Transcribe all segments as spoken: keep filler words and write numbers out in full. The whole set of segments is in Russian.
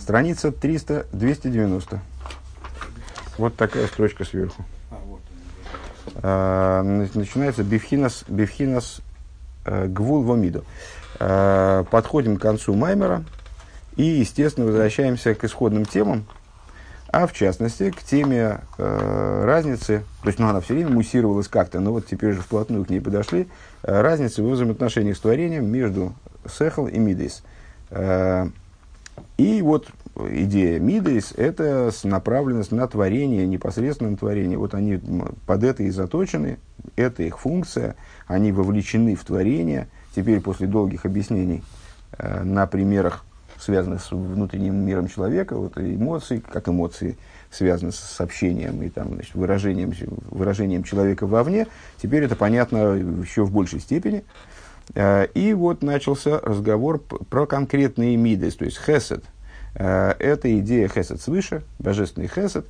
Страница триста, двести девяносто. Вот такая строчка сверху. А, начинается бифхинас, бифхинас э, гвул вомиду. А, подходим к концу маймера и, естественно, возвращаемся к исходным темам, а в частности к теме э, разницы, то есть ну, она все время муссировалась как-то, но вот теперь же вплотную к ней подошли, э, разницы в взаимоотношениях с творением между сехал и мидейс. Э, и вот идея мидейс – это направленность на творение, непосредственно на творение. Вот они под это и заточены, это их функция, они вовлечены в творение. Теперь после долгих объяснений э, на примерах, связанных с внутренним миром человека, вот эмоции, как эмоции связаны с общением и там, значит, выражением, выражением человека вовне, теперь это понятно еще в большей степени. И вот начался разговор про конкретные мидес, то есть хесед. Это идея хесед свыше, божественный хесед,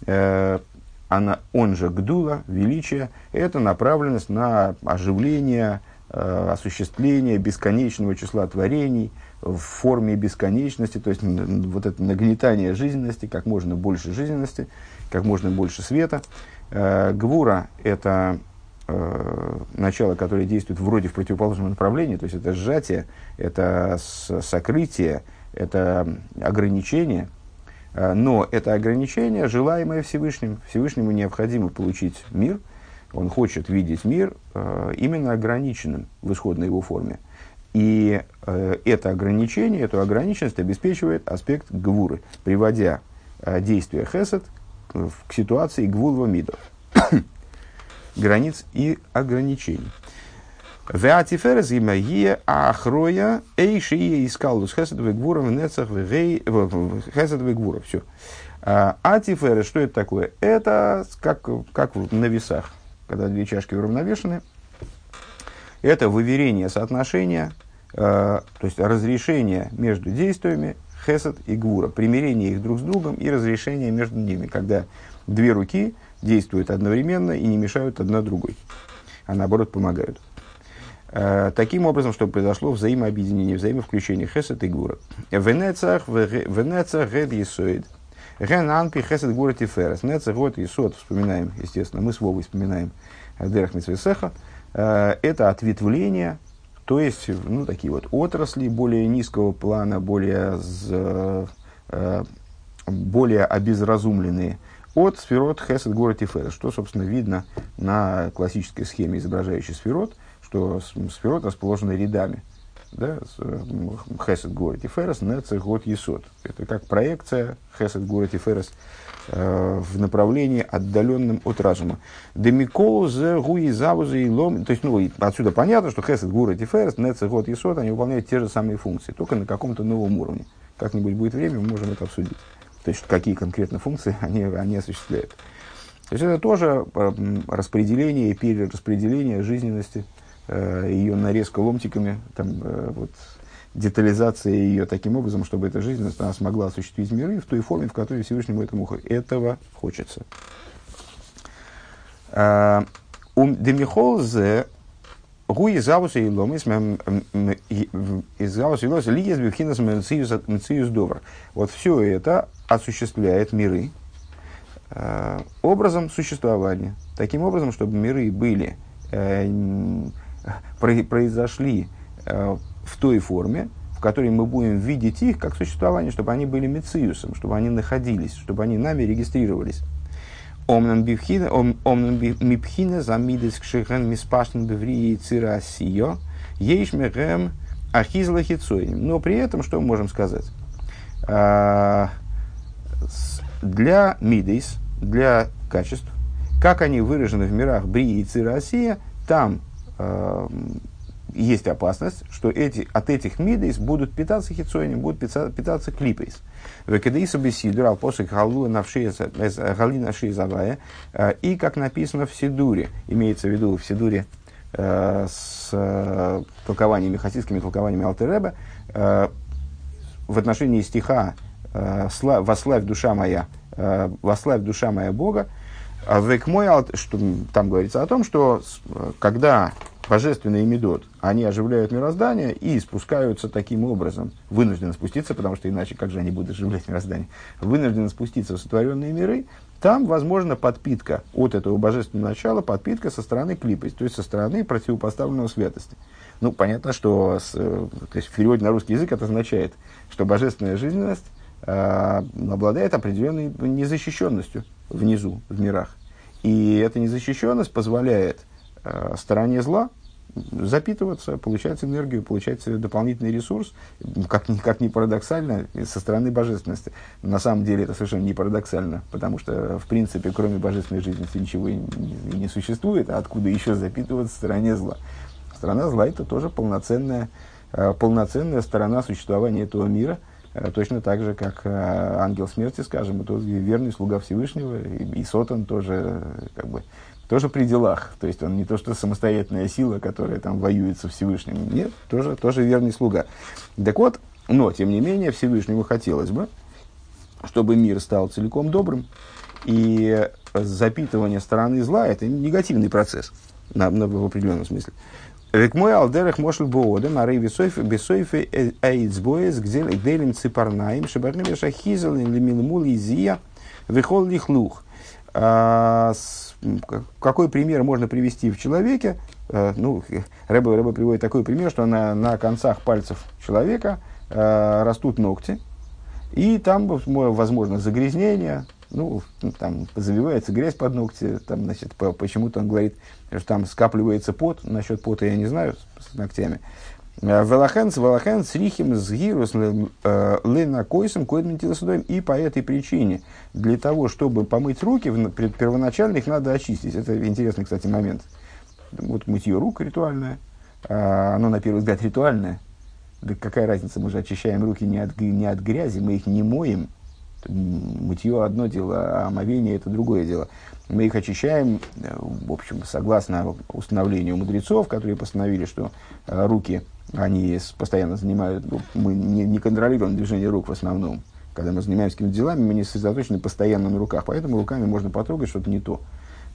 она, он же гдула, величие, это направленность на оживление, осуществление бесконечного числа творений в форме бесконечности, то есть вот это нагнетание жизненности, как можно больше жизненности, как можно больше света. Гвура – это начало, которое действует вроде в противоположном направлении, то есть это сжатие, это сокрытие, это ограничение, но это ограничение, желаемое Всевышним. Всевышнему необходимо получить мир, он хочет видеть мир э, именно ограниченным в исходной его форме. И э, это ограничение, эту ограниченность обеспечивает аспект гвуры, приводя э, действие хесед к, к ситуации гвул вамидо, границ и ограничений. Веатиферес гимагия ахроя эйшие искалус хесед вегвура в нецах хесед вегвура. Все. Атиферес, что это такое? Это как, как на весах. Когда две чашки уравновешены, это выверение соотношения, э, то есть разрешение между действиями хесед и гвура, примирение их друг с другом и разрешение между ними, когда две руки действуют одновременно и не мешают одна другой, а наоборот помогают. Э, таким образом, чтобы произошло взаимообъединение, взаимовключение хесед и гвура. Венецах венецах гед есоид. Ген анпи хесед гвура тиферес. Нецах год есод, вспоминаем, естественно, мы с Вовой вспоминаем Дерах мицвы сеха. Это ответвление, то есть, ну, такие вот отрасли более низкого плана, более, более обезразумленные от сферот хесед гвура тиферес, что, собственно, видно на классической схеме, изображающей сферот, что сферот расположены рядами. Да, хесед гвура тиферес, нецах год есод. Это как проекция хесед гвура тиферес э, в направлении, отдаленном от разума. Демикол зе гуи завузы и лом. То есть, ну, отсюда понятно, что хесед гвура тиферес, нецах год есод, они выполняют те же самые функции, только на каком-то новом уровне. Как-нибудь будет время, мы можем это обсудить. То есть, какие конкретно функции они, они осуществляют. То есть, это тоже распределение и перераспределение жизненности, ее нарезка ломтиками, там, вот, детализация ее таким образом, чтобы эта жизненность она смогла осуществить миры в той форме, в которой Всевышнему этому, этого хочется. Демихол зе гуи завуса и ломис из завуса и ломис лиес бифхинас мециюс довар. Вот все это осуществляет миры образом существования. Таким образом, чтобы миры были произошли э, в той форме, в которой мы будем видеть их как существование, чтобы они были мециусом, чтобы они находились, чтобы они нами регистрировались. Омнам мипхина замидес кшихен миспашн беврии цирасио ейшмехем ахизлахицоим. Но при этом, что мы можем сказать? А, для мидейс, для качеств, как они выражены в мирах брии и цирасия, там есть опасность, что эти, от этих мидейс будут питаться хитсоинем, будут питаться, питаться клипейс. И, как написано в Сидуре, имеется в виду в Сидуре э, с э, толкованиями, хасидскими толкованиями Алтер Ребе, э, в отношении стиха э, «Вославь душа моя, э, вославь душа моя Бога», что там говорится о том, что когда божественные медот, они оживляют мироздание и спускаются таким образом, вынуждены спуститься, потому что иначе как же они будут оживлять мироздание, вынуждены спуститься в сотворенные миры, там возможна подпитка от этого божественного начала, подпитка со стороны клипы, то есть со стороны противопоставленного святости. Ну, понятно, что с, то есть в переводе на русский язык это означает, что божественная жизненность э, обладает определенной незащищенностью внизу, в мирах. И эта незащищенность позволяет э, стороне зла запитываться, получать энергию, получать дополнительный ресурс, как ни, как ни парадоксально, со стороны божественности. На самом деле это совершенно не парадоксально, потому что, в принципе, кроме божественной жизненности ничего и не, и не существует, а откуда еще запитываться стороне зла? Сторона зла – это тоже полноценная, э, полноценная сторона существования этого мира, э, точно так же, как э, ангел смерти, скажем, это верный слуга Всевышнего, и, и Сотан тоже, э, как бы, тоже при делах, то есть он не то что самостоятельная сила, которая там воюет со Всевышним, нет, тоже, тоже верный слуга. Так вот, но, тем не менее, Всевышнему хотелось бы, чтобы мир стал целиком добрым, и запитывание стороны зла – это негативный процесс, на, на, в определенном смысле. Век мой алдерах мошел боодем, а рей бесойфе эйцбоес, где делим ципарнаем, шабарным шахизел, лемилмул изия, вихол лихлух. Какой пример можно привести в человеке? Ну, Рэбе, Рэбе приводит такой пример, что на, на концах пальцев человека э, растут ногти, и там возможно загрязнение, ну, там заливается грязь под ногти, там, значит, по, почему-то он говорит, что там скапливается пот, насчет пота я не знаю, с, с ногтями. Велахен, велахен, срихим, сгирус, ленакойсом, койдментилосудоем. И по этой причине, для того, чтобы помыть руки, первоначально их надо очистить. Это интересный, кстати, момент. Вот мытье рук ритуальное, оно, на первый взгляд, ритуальное. Да какая разница, мы же очищаем руки не от, не от грязи, мы их не моем. Мытье одно дело, а омовение это другое дело. Мы их очищаем, в общем, согласно установлению мудрецов, которые постановили, что руки, они постоянно занимают, ну, мы не, не контролируем движение рук в основном. Когда мы занимаемся какими-то делами, мы не сосредоточены постоянно на руках, поэтому руками можно потрогать что-то не то.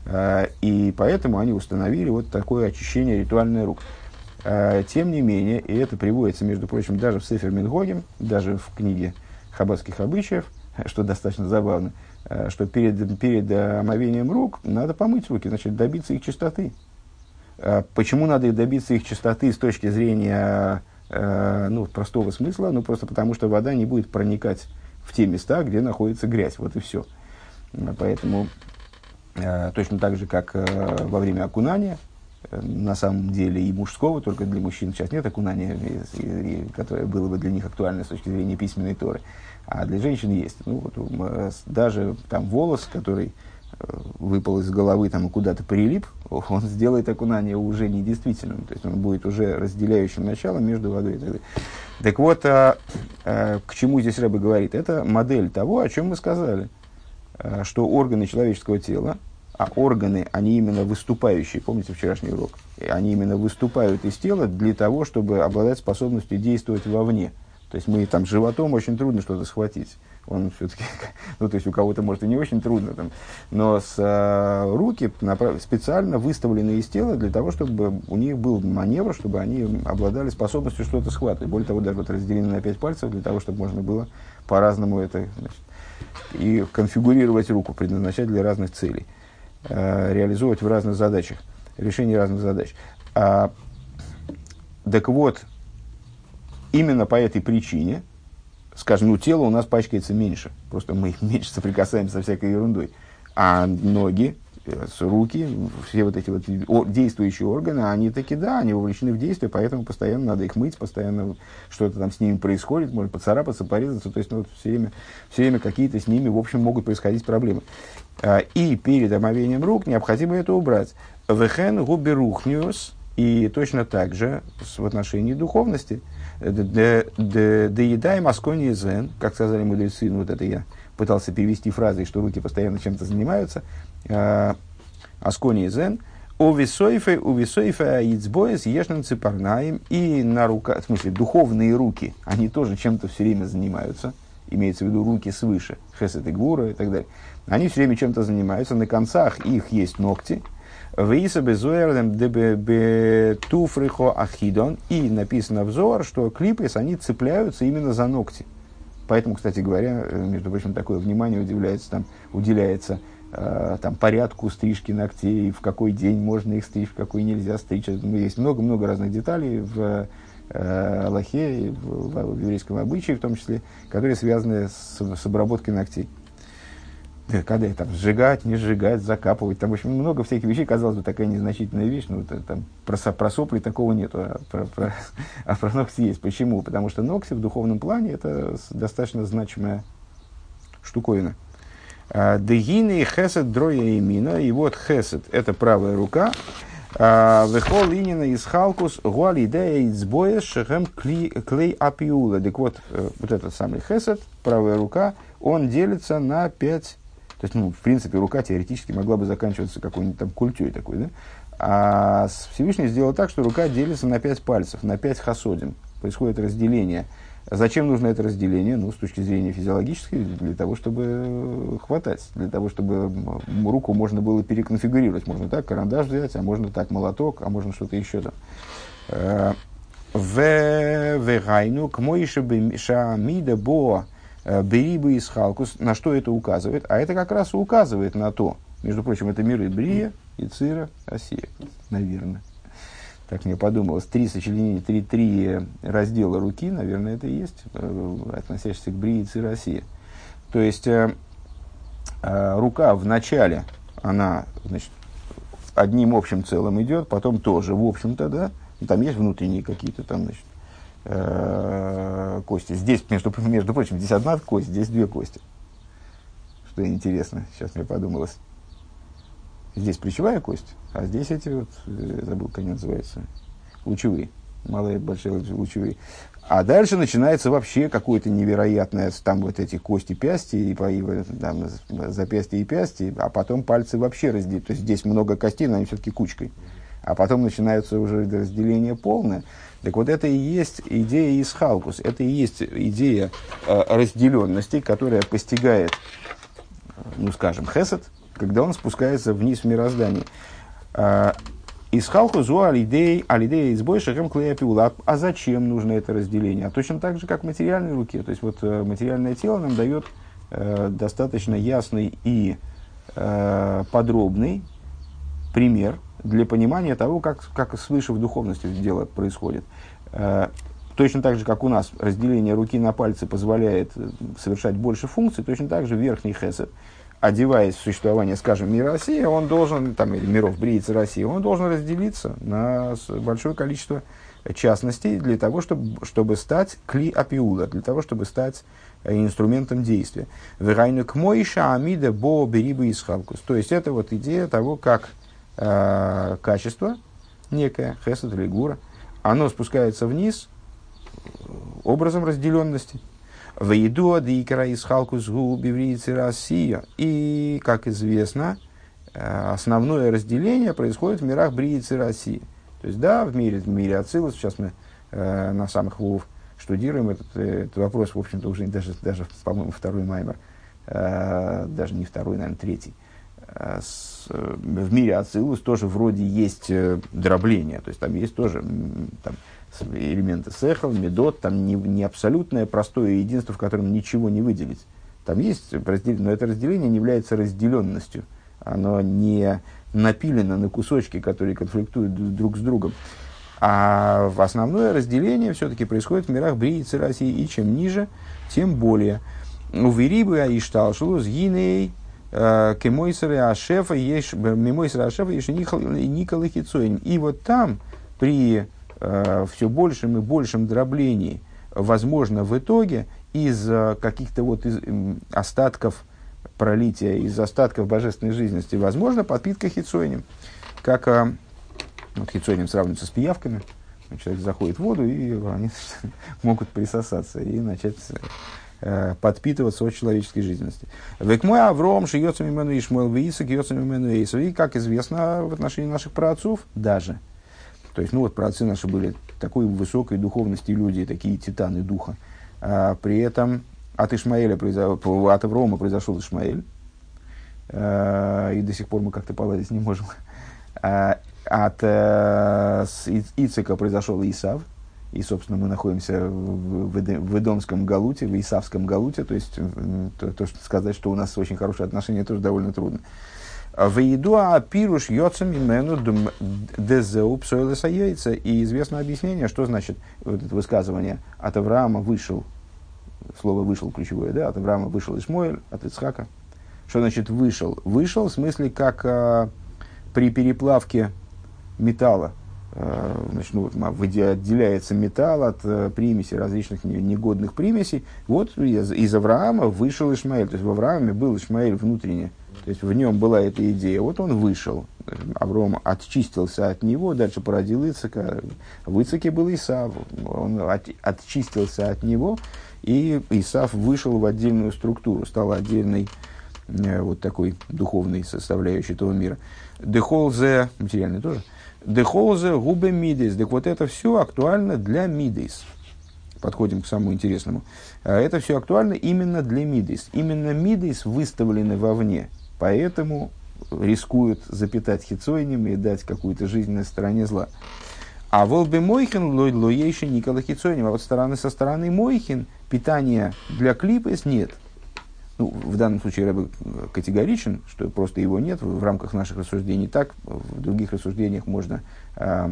И поэтому они установили вот такое очищение ритуальное рук. Тем не менее, и это приводится, между прочим, даже в Сефер Мингогим, даже в книге хаббатских обычаев, что достаточно забавно, что перед, перед омовением рук надо помыть руки, значит, добиться их чистоты. Почему надо добиться их чистоты с точки зрения ну, простого смысла? Ну, просто потому, что вода не будет проникать в те места, где находится грязь. Вот и все. Поэтому точно так же, как во время окунания, на самом деле и мужского, только для мужчин сейчас нет окунания, которое было бы для них актуально с точки зрения письменной Торы, а для женщин есть. Ну, вот, даже там волос, который выпал из головы там, и куда-то прилип, он сделает окунание уже недействительным, то есть он будет уже разделяющим началом между водой и так далее. Так вот, а, а, к чему здесь Рэбе говорит? Это модель того, о чем мы сказали, а, что органы человеческого тела, а органы, они именно выступающие, помните вчерашний урок, они именно выступают из тела для того, чтобы обладать способностью действовать вовне. То есть мы там животом очень трудно что-то схватить. Он все-таки, ну, то есть у кого-то, может, и не очень трудно, там, но с, а, руки направ... специально выставлены из тела для того, чтобы у них был маневр, чтобы они обладали способностью что-то схватывать. Более того, даже вот разделены на пять пальцев для того, чтобы можно было по-разному это, значит, и конфигурировать руку, предназначать для разных целей, а, реализовывать в разных задачах, решение разных задач. А, так вот, именно по этой причине, скажем, ну, тело у нас пачкается меньше, просто мы меньше соприкасаемся со всякой ерундой, а ноги, руки, все вот эти вот действующие органы, они таки, да, они вовлечены в действие, поэтому постоянно надо их мыть, постоянно что-то там с ними происходит, может поцарапаться, порезаться, то есть ну, вот все время, все время какие-то с ними, в общем, могут происходить проблемы. И перед омовением рук необходимо это убрать. Вехен губерухниус, и точно так же в отношении духовности, доедаем аскони зен, как сказали мудрецы, ну вот это я пытался перевести фразой, что руки постоянно чем-то занимаются, аскони зен, у висойфе, у висойфе аицбоес ешнен ципарнаем, и на руках, в смысле, духовные руки, они тоже чем-то все время занимаются, имеется в виду руки свыше, хесед и гвура и так далее, они все время чем-то занимаются, на концах их есть ногти, Вейса безуэрдем дебе туфрихо ахидон. И написано в Зоар, что клипес, они цепляются именно за ногти. Поэтому, кстати говоря, между прочим, такое внимание уделяется, там, уделяется э, там, порядку стрижки ногтей, в какой день можно их стричь, в какой нельзя стричь. Есть много-много разных деталей в э, Аллахе, в, в, в еврейском обычае, в том числе, которые связаны с, с обработкой ногтей. Когда их там сжигать, не сжигать, закапывать. Там, в общем, много всяких вещей. Казалось бы, такая незначительная вещь. Ну, это, там, про, про сопли такого нету, а про, про, а про ногти есть. Почему? Потому что ногти в духовном плане это достаточно значимая штуковина. Дегины хесед дроя имина. И вот хесед – это правая рука. Вехол инина из халкус гуалидея избоя шехем клей апиула. Так вот, вот этот самый хесед, правая рука, он делится на пять. То есть, ну, в принципе, рука теоретически могла бы заканчиваться какой-нибудь там культей такой, да? А Всевышний сделал так, что рука делится на пять пальцев, на пять хасодим. Происходит разделение. Зачем нужно это разделение? Ну, с точки зрения физиологической, для того, чтобы хватать, для того, чтобы руку можно было переконфигурировать. Можно так карандаш взять, а можно так молоток, а можно что-то еще там. В вегайну к моише шамида бо берибы из халкус. На что это указывает? А это как раз указывает на то, между прочим, это миры Брия, Ицира, Осия, наверное. Так мне подумалось, три сочленения, три, три раздела руки, наверное, это и есть, относящиеся к Брии, Ицира, Осия. То есть, э, э, рука в начале, она, значит, одним общим целым идет, потом тоже, в общем-то, да, там есть внутренние какие-то там, значит, э, кости. Здесь, между, между прочим, здесь одна кость, здесь две кости. Что интересно, сейчас мне подумалось. Здесь плечевая кость, а здесь эти вот, забыл, как они называются, лучевые, малые, большие лучевые. А дальше начинается вообще какое-то невероятное, там вот эти кости пясти, и, и там, запястья и пясти, а потом пальцы вообще разделить. То есть здесь много костей, но они все-таки кучкой. А потом начинается уже разделение полное. Так вот это и есть идея исхалкус, это и есть идея э, разделенности, которая постигает, ну скажем, хесед, когда он спускается вниз в мироздании. Исхалку зу алидей, алидей избой шахем клея пиула. А зачем нужно это разделение? А точно так же, как в материальной руке. То есть, вот материальное тело нам дает э, достаточно ясный и э, подробный пример для понимания того, как, как свыше в духовности дело происходит. Э, точно так же, как у нас разделение руки на пальцы позволяет совершать больше функций, точно так же верхний хесед, одеваясь в существование, скажем, мира России, он должен, там, или миров Бриицы России, он должен разделиться на большое количество частностей для того, чтобы, чтобы стать кли апиула, для того, чтобы стать инструментом действия. Вегайну к моиша амида бо берибы исхалкус. То есть, это вот идея того, как э, качество, некое, хесед или гура, оно спускается вниз образом разделенности. И, как известно, основное разделение происходит в мирах Брии и России. То есть, да, в мире, в мире Ацилус, сейчас мы э, на самых Вов штудируем этот, этот вопрос, в общем-то, уже даже, даже по-моему, второй маймер, э, даже не второй, наверное, третий. Э, с, э, в мире Ацилус тоже вроде есть э, дробление, то есть, там есть тоже там, элементы сехал, медот, там не, не абсолютное простое единство, в котором ничего не выделить. Там есть разделение, но это разделение не является разделенностью. Оно не напилено на кусочки, которые конфликтуют друг с другом. А основное разделение все-таки происходит в мирах Брии и России. И чем ниже, тем более. У Верибы Аишталшулу с Гиней Кемойсеры Ашефа ешь Мемойсеры Ашефа ешь Николы Хицоин. И вот там при все большем и большем дроблении, возможно, в итоге из каких-то вот из, остатков пролития, из остатков божественной жизненности, возможно, подпитка хицоинем. Как вот, хицоинем сравнивается с пиявками. Человек заходит в воду, и они могут присосаться и начать э, подпитываться от человеческой жизненности. Векмой Авром шиется мимену Ишмуэл виисак йоца мимену Эйсов. И, как известно, в отношении наших праотцов даже. То есть, ну вот, праотцы наши были такой высокой духовности люди, такие титаны духа. А, при этом от Ишмаэля, произошло, от Аврома произошел Ишмаэль. А, и до сих пор мы как-то поладить не можем. От э, Ицека произошел Исав, и, собственно, мы находимся в, в, в Эдомском галуте, в Исавском галуте, то есть то, то, что сказать, что у нас очень хорошие отношения, тоже довольно трудно. В еду апируш йоцам имену дезеу псойлеса яйца. И известно объяснение, что значит вот это высказывание: от Авраама вышел, слово вышел ключевое, да, от Авраама вышел Ишмоэль, от Ицхака. Что значит вышел? Вышел в смысле, как а, при переплавке металла, а, значит, ну, вот, отделяется металл от а, примесей, различных негодных примесей. Вот из, из Авраама вышел Ишмаэль. То есть в Аврааме был Ишмаэль внутренне. То есть в нем была эта идея. Вот он вышел. Авраам очистился от него, дальше породил Ицека. В Ицеке был Исав. Он от, очистился от него, и Исав вышел в отдельную структуру, стал отдельной э, вот такой духовной составляющей этого мира. Дехолзе, материальный тоже. Дехолзе губе мидейс. Так вот это все актуально для мидейс. Подходим к самому интересному. Это все актуально именно для мидейс. Именно мидейс выставлены вовне. Поэтому рискуют запитать хицойнем и дать какую-то жизнь на стороне зла. А волбе мойхин лоейши никола хицойнем. А вот стороны, со стороны мойхин питания для клипес нет. Ну, в данном случае Рэбе категоричен, что просто его нет в рамках наших рассуждений. Так, в других рассуждениях можно э,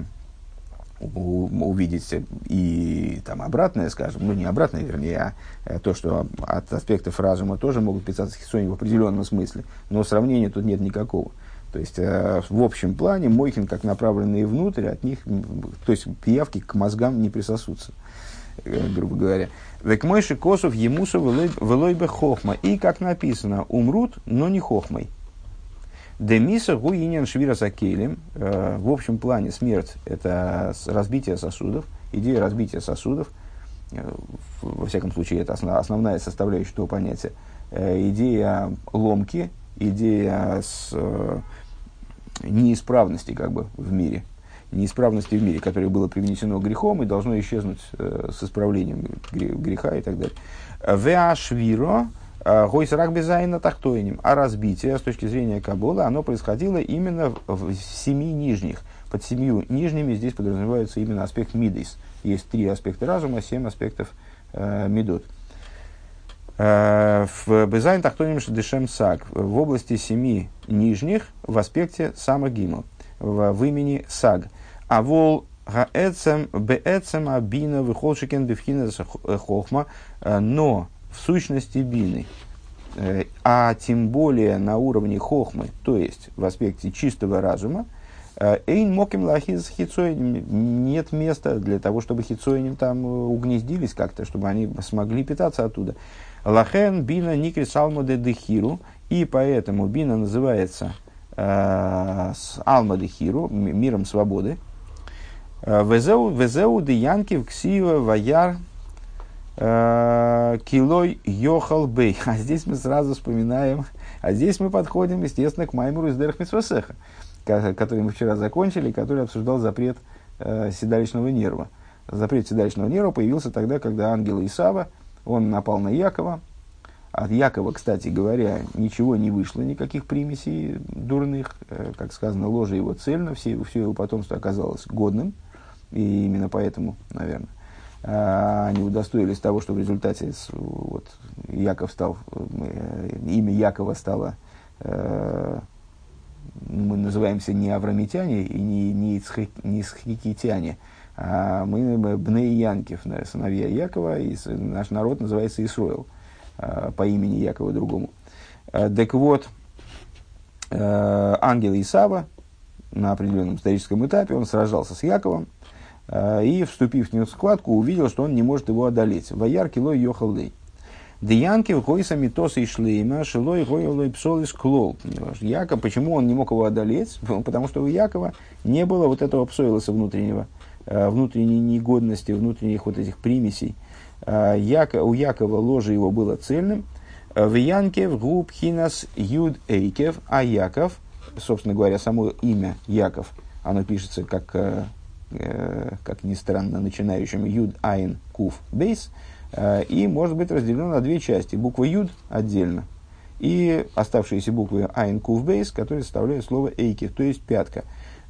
увидеть и там обратное, скажем, ну не обратное, вернее, а то, что от аспектов разума тоже могут писаться хисоним в определенном смысле, но сравнения тут нет никакого. То есть э, в общем плане мойхин, как направленные внутрь, от них, то есть пиявки к мозгам не присосутся, э, грубо говоря. Век мойши косов емусу велойбе хохма. И, как написано, умрут, но не хохмой. Демиса гуинен швира сакелем. В общем плане смерть – это разбитие сосудов, идея разбития сосудов. Во всяком случае, это основная составляющая этого понятия. Идея ломки, идея с неисправности как бы в мире. Неисправности в мире, которое было привнесено грехом и должно исчезнуть с исправлением греха и так далее. Веашвиро. Гойсрак безайна тахтойним. А разбитие, с точки зрения Каббалы, оно происходило именно в семи нижних. Под семью нижними здесь подразумевается именно аспект мидейс. Есть три аспекта разума, семь аспектов э, мидот. Э, в безайн тахтойним шедешем саг. В области семи нижних в аспекте самогима, в, в имени саг. А вол гаэцем бээцем абина выхолшикен бифхина хохма. Но в сущности бины, э, а тем более на уровне хохмы, то есть в аспекте чистого разума, эйн моким лахиз хицоиним, нет места для того, чтобы хицоиним там угнездились как-то, чтобы они смогли питаться оттуда. Лахен бина никри салма де дехиру, и поэтому бина называется э, алма дехиру, миром свободы. Везеу везеу де янкив ксива ваяр Килой Йохал Бей. А здесь мы сразу вспоминаем, а здесь мы подходим, естественно, к Маймору из Дерх Мицвасеха, который мы вчера закончили, который обсуждал запрет э, седалищного нерва. Запрет седалищного нерва появился тогда, когда ангел Исава, он напал на Якова. От Якова, кстати говоря, ничего не вышло, никаких примесей дурных. Э, как сказано, ложа его цельно, все, все его потомство оказалось годным. И именно поэтому, наверное, они удостоились того, что в результате вот, Яков стал, имя Якова стало, мы называемся не аврамитяне и не, не, ицхи, не исхикитяне, а мы бней Янкев, сыновья Якова, и наш народ называется Исроил по имени Якова другому. Так вот, ангел Исава на определенном историческом этапе, он сражался с Яковом, и, вступив в него схватку, увидел, что он не может его одолеть. Ваяр килой йохалдей. Деянки вхойса митоса и шлейма, шилой гойолой псол из клол. Яков, почему он не мог его одолеть? Потому что у Якова не было вот этого псоилоса внутреннего, внутренней негодности, внутренних вот этих примесей. Яко, у Якова ложе его было цельным. В Янке в губ хинас юд эйкев, а Яков, собственно говоря, само имя Яков, оно пишется как... как ни странно, начинающим Юд, Айн, Кув, Бейс, и может быть разделено на две части. Буква Юд отдельно, и оставшиеся буквы Айн, Кув, Бейс, которые составляют слово Эйки, то есть пятка.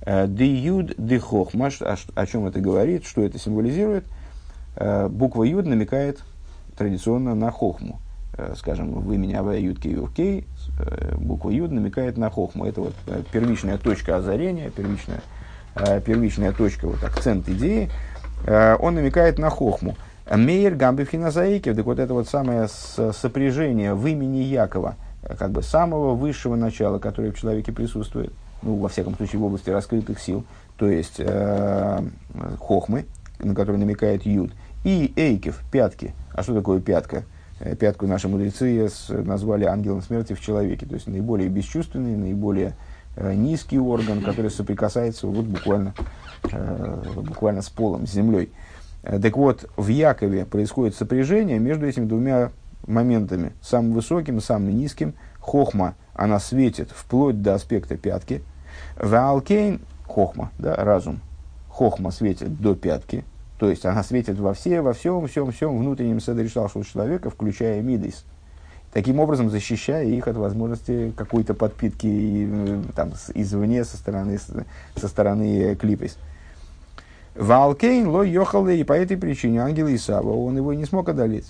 Ди юд, ди хохма. О чем это говорит, что это символизирует? Буква юд намекает традиционно на хохму. Скажем, в имени Авая Юд Кей Вов Кей буква юд намекает на хохму. Это вот первичная точка озарения, первичная, первичная точка, вот акцент идеи. Он намекает на хохму. Мейер гамбивхина заикев, так вот это вот самое сопряжение в имени Якова, как бы самого высшего начала, которое в человеке присутствует, ну, во всяком случае, в области раскрытых сил, то есть э, хохмы, на который намекает юд, и эйкев, пятки. А что такое пятка? Пятку наши мудрецы назвали ангелом смерти в человеке, то есть наиболее бесчувственный, наиболее э, низкий орган, который соприкасается вот буквально, э, буквально с полом, с землей. Так вот, в Якове происходит сопряжение между этими двумя моментами, самым высоким и самым низким. Хохма, она светит вплоть до аспекта пятки. Ваалкейн, хохма, да, разум, хохма светит до пятки, то есть она светит во, все, во всем, всем, всем внутреннем седере шалшус человека, включая мидейс, таким образом защищая их от возможности какой-то подпитки там, извне, со стороны, со стороны клипейс. Ваалкейн ло йохалэ, и по этой причине ангел Исава, он его не смог одолеть.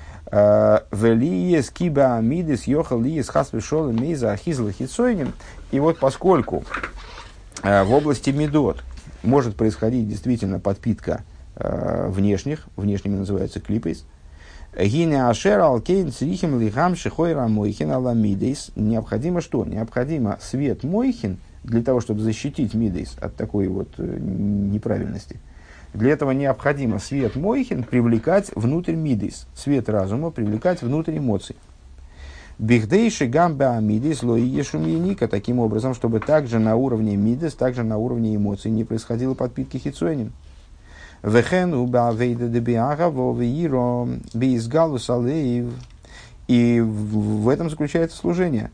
Велиес киба амидес йохал лиес хасвешол мейза ахизла хитсойним. И вот поскольку в области медот может происходить действительно подпитка внешних, внешними называются клипейс, гине ашер алкейн црихим лихам шихойра мойхин аламидейс. Необходимо что? Необходимо свет мойхин для того, чтобы защитить мидейс от такой вот неправильности. Для этого необходимо свет мойхин привлекать внутрь мидейс, свет разума привлекать внутрь эмоций. Бихдейши гамба мидейс лоиешумьяника, таким образом, чтобы также на уровне мидейс, также на уровне эмоций не происходило подпитки хитсуэним. Вехен уба вейда дебиага вовеиро биизгалус алеев. И в этом заключается служение.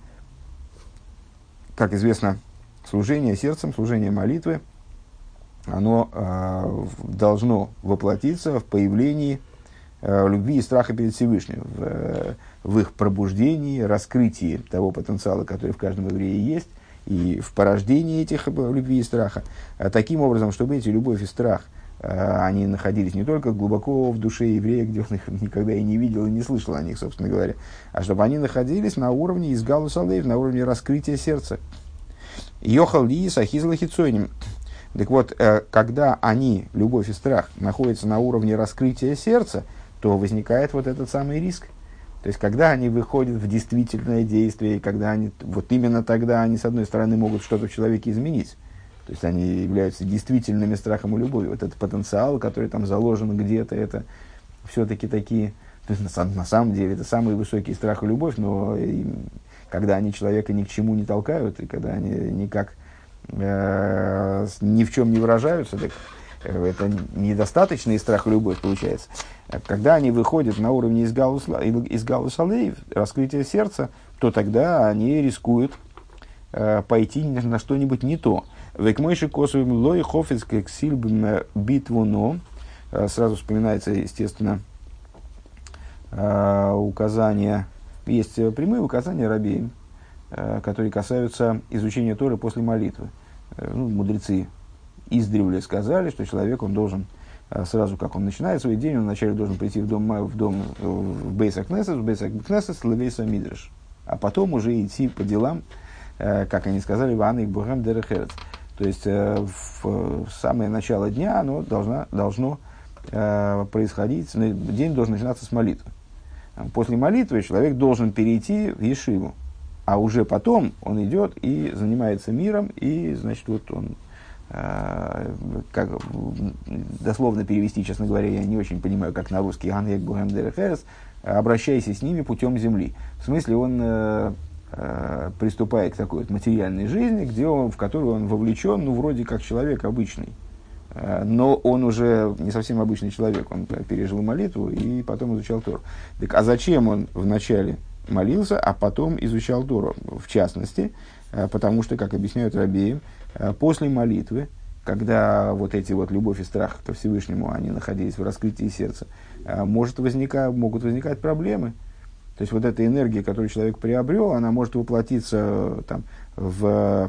Как известно, служение сердцем, служение молитвы, оно э, должно воплотиться в появлении э, любви и страха перед Всевышним, в, э, в их пробуждении, раскрытии того потенциала, который в каждом еврее есть, и в порождении этих любви и страха. А таким образом, чтобы эти любовь и страх, э, они находились не только глубоко в душе еврея, где он их никогда и не видел, и не слышал о них, собственно говоря, а чтобы они находились на уровне изгалу салеев, на уровне раскрытия сердца. Йохал ли сахизла хитсойним. Так вот, когда они, любовь и страх, находятся на уровне раскрытия сердца, то возникает вот этот самый риск. То есть, когда они выходят в действительное действие, когда они, вот именно тогда они, с одной стороны, могут что-то в человеке изменить. То есть, они являются действительными страхом и любовью. Вот этот потенциал, который там заложен где-то, это все-таки такие... То есть, на, на самом деле, это самый высокий страх и любовь, но и, когда они человека ни к чему не толкают, и когда они никак... ни в чем не выражаются, так это недостаточный страх и любовь получается. Когда они выходят на уровне из галусалеев, раскрытия сердца, то тогда они рискуют э, пойти на что-нибудь не то. Векмойши косовым лой хофиц кексильбым битвуно. Сразу вспоминается, естественно, э, указания, есть прямые указания рабеям, которые касаются изучения Торы после молитвы. Ну, мудрецы издревле сказали, что человек, он должен, сразу как он начинает свой день, он вначале должен прийти в дом, в дом в Бейс Акнесес, в Бейс Акнесес, Левейса Мидреш, а потом уже идти по делам, как они сказали, Ванны Бухам Дерехерец. То есть, в самое начало дня оно должно, должно происходить, день должен начинаться с молитвы. После молитвы человек должен перейти в ешиву. А уже потом он идет и занимается миром, и, значит, вот он, э, как, дословно перевести, честно говоря, я не очень понимаю, как на русский, «Ганек Бухэм Дерехерес», обращайся с ними путем земли. В смысле, он э, э, приступает к такой вот материальной жизни, где он, в которую он вовлечен, ну, вроде как человек обычный. Э, но он уже не совсем обычный человек, он пережил молитву и потом изучал Тору. Так, а зачем он вначале молился, а потом изучал Тору? В частности, потому что, как объясняют рабеи, после молитвы, когда вот эти вот любовь и страх ко Всевышнему, они находились в раскрытии сердца, может возника, могут возникать проблемы. То есть, вот эта энергия, которую человек приобрел, она может воплотиться там, в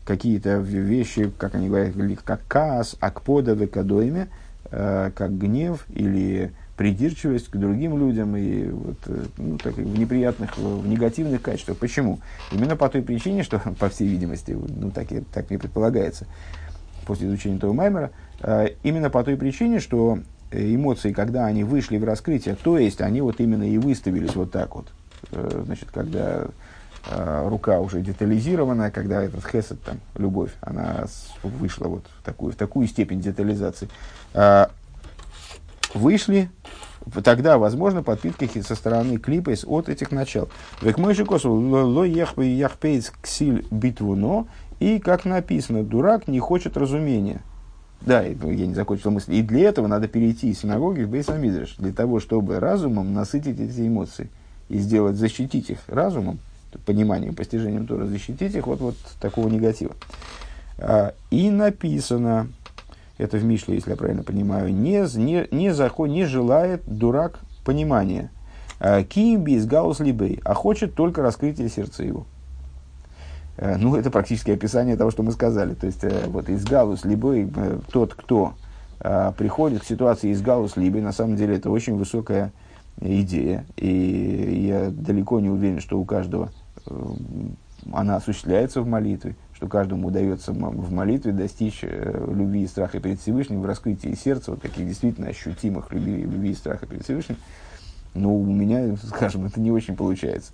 какие-то вещи, как они говорят, как каас, акпода в экадойме, э, как гнев или придирчивость к другим людям и вот, ну, так, в неприятных, в негативных качествах. Почему? Именно по той причине, что, по всей видимости, ну, так, и, так мне предполагается, после изучения того маймера, э, именно по той причине, что эмоции, когда они вышли в раскрытие, то есть они вот именно и выставились вот так вот, э, значит, когда э, рука уже детализирована, когда этот хесед, там, любовь, она вышла вот в такую, в такую степень детализации, э, вышли, тогда, возможно, подпитка со стороны клипа от этих начал. Век мой же косу ло яхпейц ксиль битвуно, и, как написано, дурак не хочет разумения. Да, я не закончил мысль. И для этого надо перейти из синагоги в Бейс Мидраш, для того, чтобы разумом насытить эти эмоции и сделать, защитить их разумом, пониманием, постижением Торы, защитить их вот, вот такого негатива. И написано, это в Мишле, если я правильно понимаю, не, не, не, заход, не желает дурак понимания. Киим бис гаус либей, а хочет только раскрытия сердца его. Ну, это практически описание того, что мы сказали. То есть, вот из галус либей, тот, кто приходит к ситуации из галус либей, на самом деле это очень высокая идея. И я далеко не уверен, что у каждого она осуществляется в молитве, что каждому удается в молитве достичь любви и страха перед Всевышним, в раскрытии сердца, вот таких действительно ощутимых любви, любви и страха перед Всевышним. Но у меня, скажем, это не очень получается.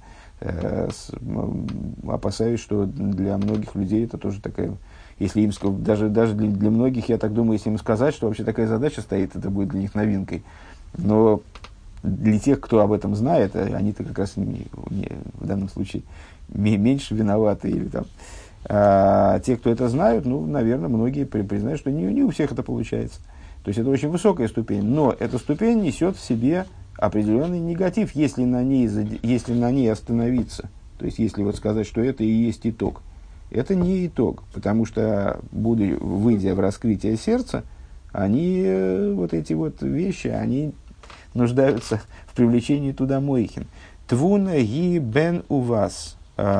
Опасаюсь, что для многих людей это тоже такая, если им, даже, даже для, для многих, я так думаю, если им сказать, что вообще такая задача стоит, это будет для них новинкой. Но для тех, кто об этом знает, они-то как раз не, не, в данном случае меньше виноваты. Или там. А те, кто это знают, ну, наверное, многие признают, что не, не у всех это получается. То есть это очень высокая ступень, но эта ступень несет в себе определенный негатив, если на ней, если на ней остановиться. То есть, если вот сказать, что это и есть итог. Это не итог, потому что, будучи, выйдя в раскрытие сердца, они, вот эти вот вещи, они нуждаются в привлечении туда мойхин. Твуна ги бен у вас.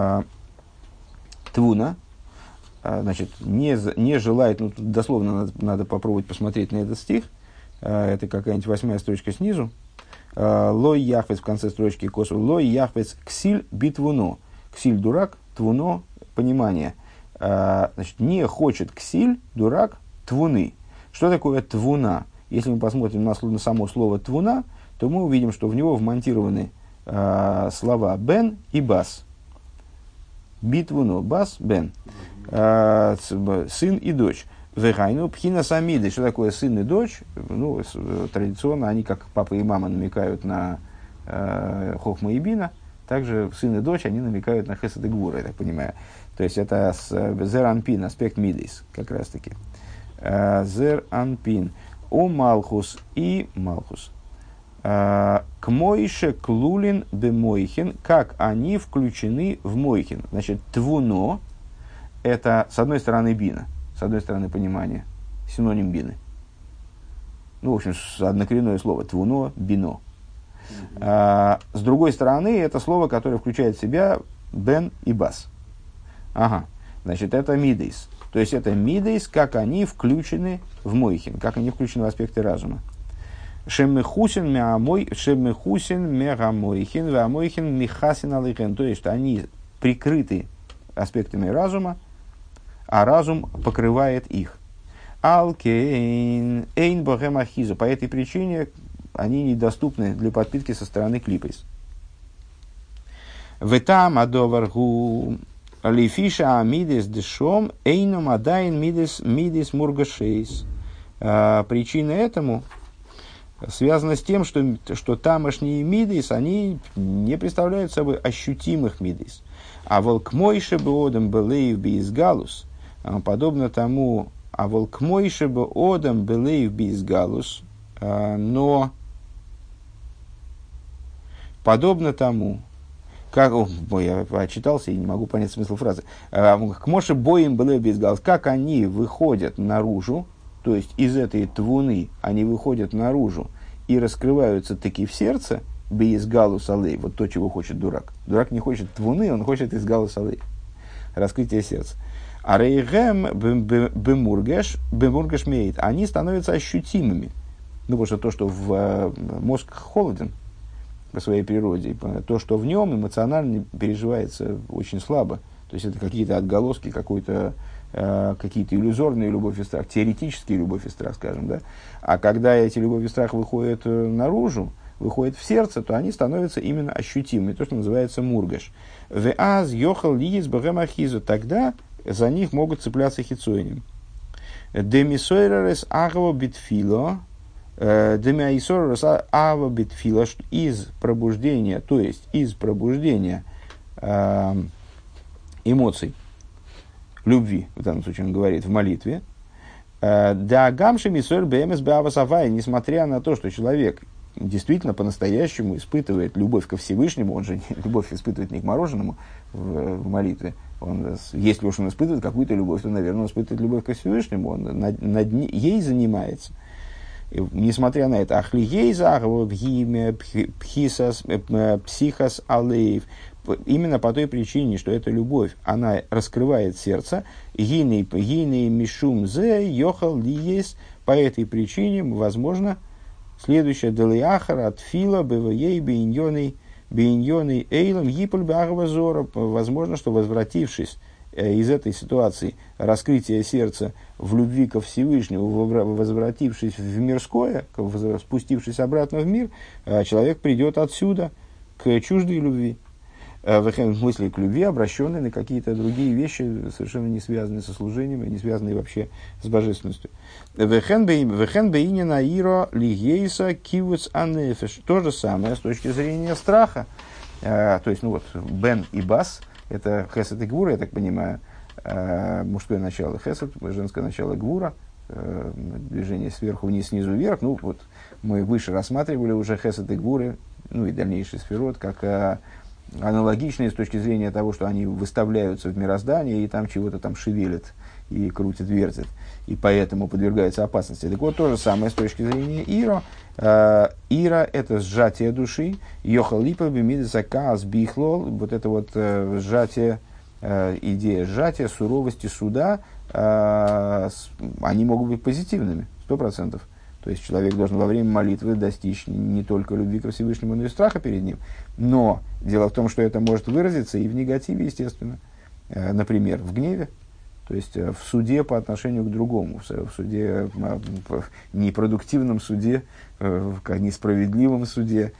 Твуна, значит, не, не желает, ну, тут дословно надо, надо попробовать посмотреть на этот стих. Это какая-нибудь восьмая строчка снизу. Лой яхвец в конце строчки косу. Лой яхвец ксиль битвуно. Ксиль дурак, твуно понимание. Значит, не хочет ксиль дурак твуны. Что такое твуна? Если мы посмотрим на, на само слово твуна, то мы увидим, что в него вмонтированы э, слова бен и бас. Битвуно, бас, бен. Э, сын и дочь. Вехайну пхина самиды. Что такое сын и дочь? Ну, традиционно они, как папа и мама, намекают на э, хохма и бина. Также сын и дочь, они намекают на хесед и гвура, я так понимаю. То есть это зер анпин, аспект мидейс, как раз таки. Зер анпин. О малхус и малхус. К мойше клулин бе мойхин, как они включены в мойхин. Значит, твуно – это, с одной стороны, бина. С одной стороны, понимание, синоним бины. Ну, в общем, однокоренное слово твуно, бино. Mm-hmm. А, с другой стороны, это слово, которое включает в себя бен и бас. Ага, значит, это мидейс. То есть, это мидейс, как они включены в мойхин, как они включены в аспекты разума. Шеммехусин мегамойхин, веамойхин михасин алейхен. То есть, они прикрыты аспектами разума, а разум покрывает их. Алкейн, эйн богем ахизу. По этой причине они недоступны для подпитки со стороны клипейс. Ветам адоваргу лифиша амидес дешом эйном адайн мидес мидес мургашейс. Причина этому связана с тем, что, что тамошние мидес, они не представляют собой ощутимых мидес. А волк мойше беодам белеев биизгалус, подобно тому, а волк мойше беодам белеев биизгалус, но подобно тому, как, о, я отчитался и не могу понять смысл фразы, к моше боим белеев биизгалус, как они выходят наружу, то есть из этой твуны они выходят наружу и раскрываются таки в сердце, биизгалус алей, вот то, чего хочет дурак. Дурак не хочет твуны, он хочет изгалус алей, раскрытие сердца. А рейгем бемургеш, бемургеш мейт, они становятся ощутимыми. Ну, потому что то, что в мозг холоден по своей природе, то, что в нем эмоционально переживается очень слабо. То есть это какие-то отголоски, какой-то, э, какие-то иллюзорные любовь и страх, теоретические любовь и страх, скажем, да. А когда эти любовь и страх выходят наружу, выходят в сердце, то они становятся именно ощутимыми, то, что называется мургаш. Веаз йохал лиес бгэмахизу, тогда за них могут цепляться хицоиним. Демисойререс агво битфило, демисойререс агво битфило, из пробуждения, то есть из пробуждения э, эмоций, любви, в данном случае он говорит, в молитве, да гамши мисойр бэмэс бэавасавай, несмотря на то, что человек действительно по-настоящему испытывает любовь ко Всевышнему, он же любовь испытывает не к мороженому в, в молитве, он, если уж он испытывает какую-то любовь, то, наверное, он испытывает любовь ко Всевышнему, он над, над ей занимается. И, несмотря на это, ахли ей загов пхисас психас алеев, именно по той причине, что эта любовь, она раскрывает сердце, гиней гиней мишум зе йохал лиес, по этой причине, возможно, следующее, делиахара от фила бвей бейньоной бейньоной эйлом гиполь бахвазора, возможно, что возвратившись из этой ситуации раскрытия сердца в любви ко Всевышнему, возвратившись в мирское, спустившись обратно в мир, человек придет отсюда к чуждой любви, в смысле к любви, обращенной на какие-то другие вещи, совершенно не связанные со служением, не связанные вообще с божественностью. То же самое с точки зрения страха. То есть, ну вот, бен и бас, это хесед и гвура, я так понимаю, мужское начало хесед, женское начало гвура, движение сверху вниз, снизу вверх. Ну вот, мы выше рассматривали уже хесед и гвуры, ну и дальнейший сферот, как аналогичные с точки зрения того, что они выставляются в мироздание и там чего-то там шевелят и крутят, вертят, и поэтому подвергаются опасности. Так вот, то же самое с точки зрения Иро. Ира – это сжатие души, йохал липа бимидеса каас бихлол, вот это вот сжатие, идея сжатия, суровости суда, они могут быть позитивными, сто процентов. То есть человек должен во время молитвы достичь не только любви ко Всевышнему, но и страха перед ним. Но дело в том, что это может выразиться и в негативе, естественно. Например, в гневе, то есть в суде по отношению к другому, в суде, в непродуктивном суде, в несправедливом суде.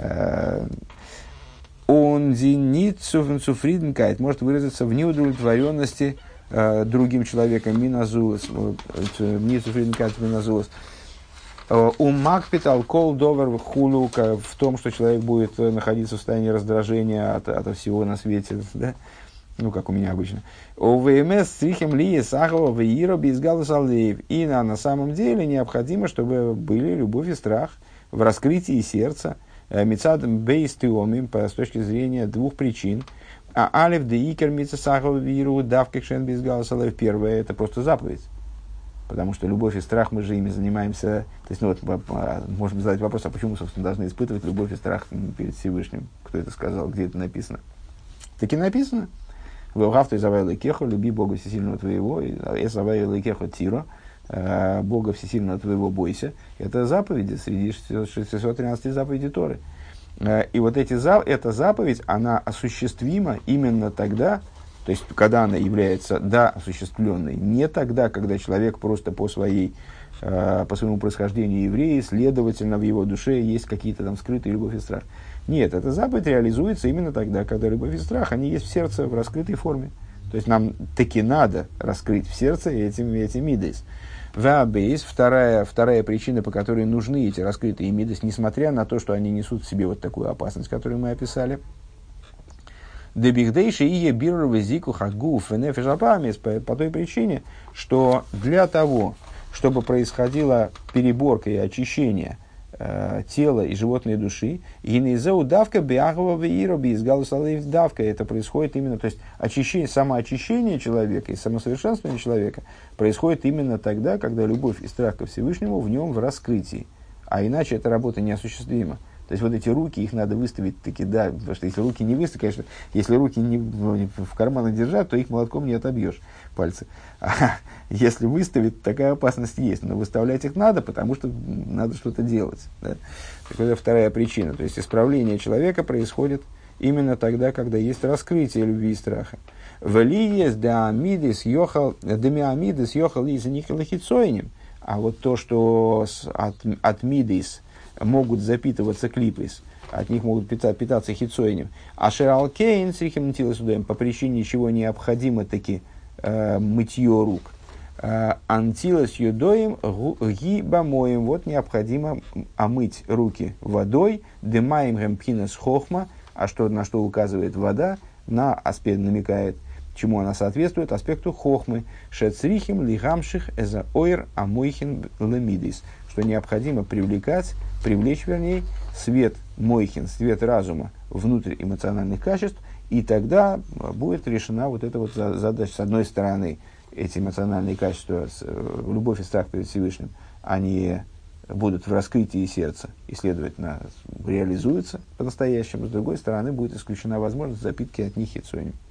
Он зенит цуфриденкайт может выразиться в неудовлетворенности другим человеком, миназулас, ницуфриденкайт миназулас. У Макпитал кол довер хулу, в том, что человек будет находиться в состоянии раздражения от, от всего на свете, да? Ну, как у меня обычно. У ВМС стрихем ли сахова веира безгалус алеев. И на, на самом деле необходимо, чтобы были любовь и страх в раскрытии сердца, мицадом бейстиомим, с точки зрения двух причин. А алев де икер мица сахова веиру давкекшен безгалус алеев. Первое, это просто заповедь. Потому что любовь и страх, мы же ими занимаемся. То есть, ну вот, можем задать вопрос, а почему, собственно, должны испытывать любовь и страх перед Всевышним? Кто это сказал? Где это написано? Таки написано. Вэлгавту изавай кеху, люби Бога всесильного твоего, изавай кеху тиро, Бога всесильного твоего бойся. Это заповеди среди шестисот тринадцати заповедей Торы. И вот эти, эта заповедь, она осуществима именно тогда, то есть, когда она является, да, осуществленной, не тогда, когда человек просто по, своей, э, по своему происхождению еврей, следовательно, в его душе есть какие-то там скрытые любовь и страх. Нет, эта заповедь реализуется именно тогда, когда любовь и страх, они есть в сердце в раскрытой форме. То есть, нам таки надо раскрыть в сердце эти, эти мидейс. Ваабейс, вторая, вторая причина, по которой нужны эти раскрытые мидейс, несмотря на то, что они несут в себе вот такую опасность, которую мы описали, по той причине, что для того, чтобы происходила переборка и очищение э, тела и животной души, это происходит именно, то есть очищение, самоочищение человека и самосовершенствование человека происходит именно тогда, когда любовь и страх ко Всевышнему в нем в раскрытии. А иначе эта работа неосуществима. То есть вот эти руки, их надо выставить таки, да, потому что если руки не выставить, конечно, если руки не в карманах держат, то их молотком не отобьешь, пальцы. А если выставить, такая опасность есть, но выставлять их надо, потому что надо что-то делать. Да? Так это вторая причина. То есть исправление человека происходит именно тогда, когда есть раскрытие любви и страха. Велиес деамидис йохал демиамидис йохал из них лохицойним. А вот то, что от, от мидис могут запитываться клипис, от них могут пита, питаться хицойним. А шералкейн срихимнтилосудем, по причине чего необходимо таки э, мытье рук. Антилос юдоим гибамоем. Вот необходимо омыть руки водой. Демаем гемпхинас хохма. А что, на что указывает вода? На аспект намекает, чему она соответствует, аспекту хохмы. Шецрихим лигамших эза ойр амойхин лемидис. Что необходимо привлекать, привлечь, вернее, свет мойхин, свет разума внутрь эмоциональных качеств, и тогда будет решена вот эта вот задача. С одной стороны, эти эмоциональные качества, любовь и страх перед Всевышним, они будут в раскрытии сердца и, следовательно, реализуются по-настоящему. С другой стороны, будет исключена возможность запитки от них хицоим.